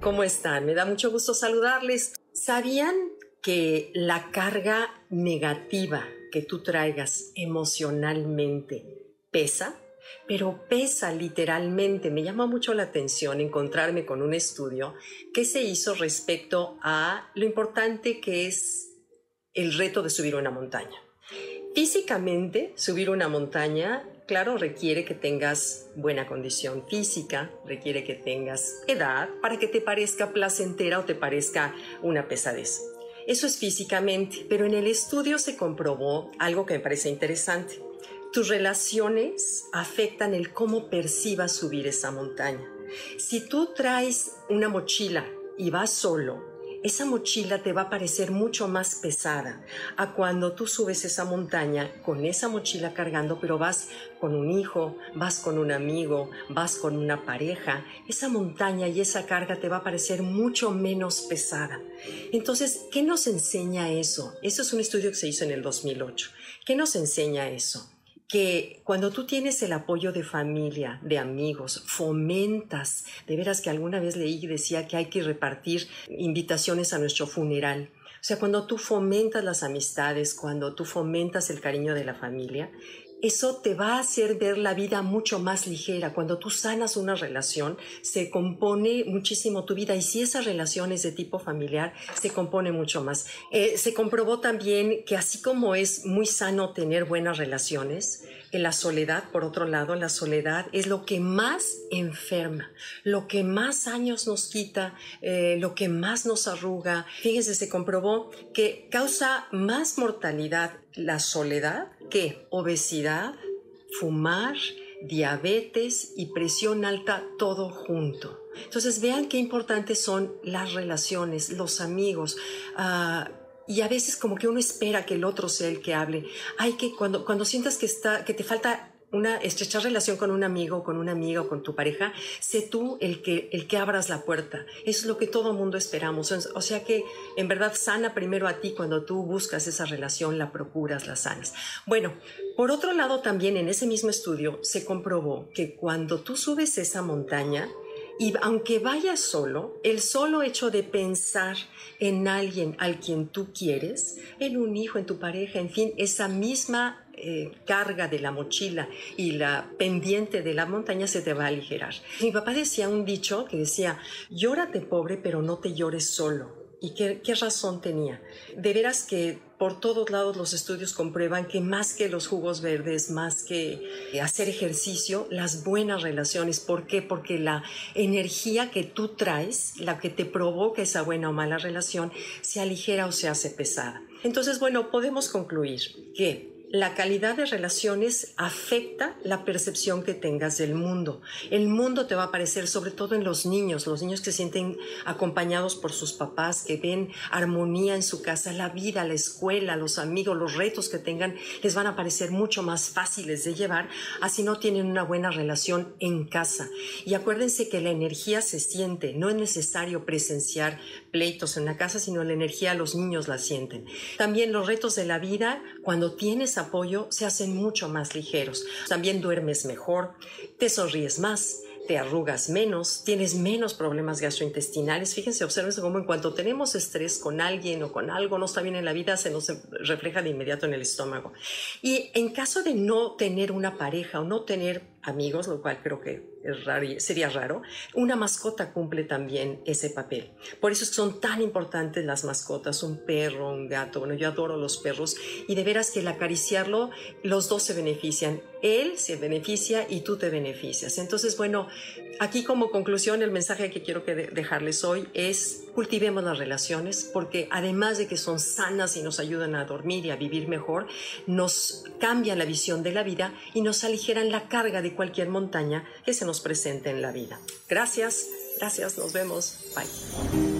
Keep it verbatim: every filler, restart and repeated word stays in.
¿Cómo están? Me da mucho gusto saludarles. ¿Sabían que la carga negativa que tú traigas emocionalmente pesa? Pero pesa literalmente. Me llama mucho la atención encontrarme con un estudio que se hizo respecto a lo importante que es el reto de subir una montaña. Físicamente, subir una montaña, claro, requiere que tengas buena condición física, requiere que tengas edad para que te parezca placentera o te parezca una pesadez. Eso es físicamente, pero en el estudio se comprobó algo que me parece interesante. Tus relaciones afectan el cómo percibas subir esa montaña. Si tú traes una mochila y vas solo, esa mochila te va a parecer mucho más pesada a cuando tú subes esa montaña con esa mochila cargando, pero vas con un hijo, vas con un amigo, vas con una pareja. Esa montaña y esa carga te va a parecer mucho menos pesada. Entonces, ¿qué nos enseña eso? Eso es un estudio que se hizo en el dos mil ocho. ¿Qué nos enseña eso? Que cuando tú tienes el apoyo de familia, de amigos, fomentas, de veras que alguna vez leí y decía que hay que repartir invitaciones a nuestro funeral. O sea, cuando tú fomentas las amistades, cuando tú fomentas el cariño de la familia, eso te va a hacer ver la vida mucho más ligera. Cuando tú sanas una relación, se compone muchísimo tu vida. Y si esa relación es de tipo familiar, se compone mucho más. Eh, se comprobó también que así como es muy sano tener buenas relaciones, en la soledad, por otro lado, la soledad es lo que más enferma, lo que más años nos quita, eh, lo que más nos arruga. Fíjense, se comprobó que causa más mortalidad la soledad que obesidad, fumar, diabetes y presión alta, todo junto. Entonces vean qué importantes son las relaciones, los amigos. Uh, y a veces como que uno espera que el otro sea el que hable. Hay que, cuando, cuando sientas que, está, que te falta una estrecha relación con un amigo, con una amiga o con tu pareja, sé tú el que, el que abras la puerta. Eso es lo que todo mundo esperamos. O sea que en verdad sana primero a ti cuando tú buscas esa relación, la procuras, la sanas. Bueno, por otro lado también en ese mismo estudio se comprobó que cuando tú subes esa montaña, y aunque vayas solo, el solo hecho de pensar en alguien al quien tú quieres, en un hijo, en tu pareja, en fin, esa misma Eh, carga de la mochila y la pendiente de la montaña se te va a aligerar. Mi papá decía un dicho que decía, llórate pobre pero no te llores solo. ¿Y qué, qué razón tenía? De veras que por todos lados los estudios comprueban que más que los jugos verdes, más que hacer ejercicio, las buenas relaciones. ¿Por qué? Porque la energía que tú traes, la que te provoca esa buena o mala relación, se aligera o se hace pesada. Entonces, bueno, podemos concluir que la calidad de relaciones afecta la percepción que tengas del mundo. El mundo te va a parecer, sobre todo en los niños, los niños que se sienten acompañados por sus papás, que ven armonía en su casa, la vida, la escuela, los amigos, los retos que tengan, les van a parecer mucho más fáciles de llevar, así no tienen una buena relación en casa. Y acuérdense que la energía se siente, no es necesario presenciar pleitos en la casa, sino la energía los niños la sienten. También los retos de la vida, cuando tienes apoyo, se hacen mucho más ligeros. También duermes mejor, te sonríes más, te arrugas menos, tienes menos problemas gastrointestinales. Fíjense, observen cómo en cuanto tenemos estrés con alguien o con algo no está bien en la vida, se nos refleja de inmediato en el estómago. Y en caso de no tener una pareja o no tener amigos, lo cual creo que es raro, sería raro, una mascota cumple también ese papel. Por eso es que son tan importantes las mascotas, un perro, un gato. Bueno, yo adoro los perros y de veras que el acariciarlo, los dos se benefician. Él se beneficia y tú te beneficias. Entonces, bueno, aquí como conclusión, el mensaje que quiero que dejarles hoy es cultivemos las relaciones, porque además de que son sanas y nos ayudan a dormir y a vivir mejor, nos cambian la visión de la vida y nos aligeran la carga de cualquier montaña que se nos presente en la vida. Gracias, gracias, nos vemos, bye.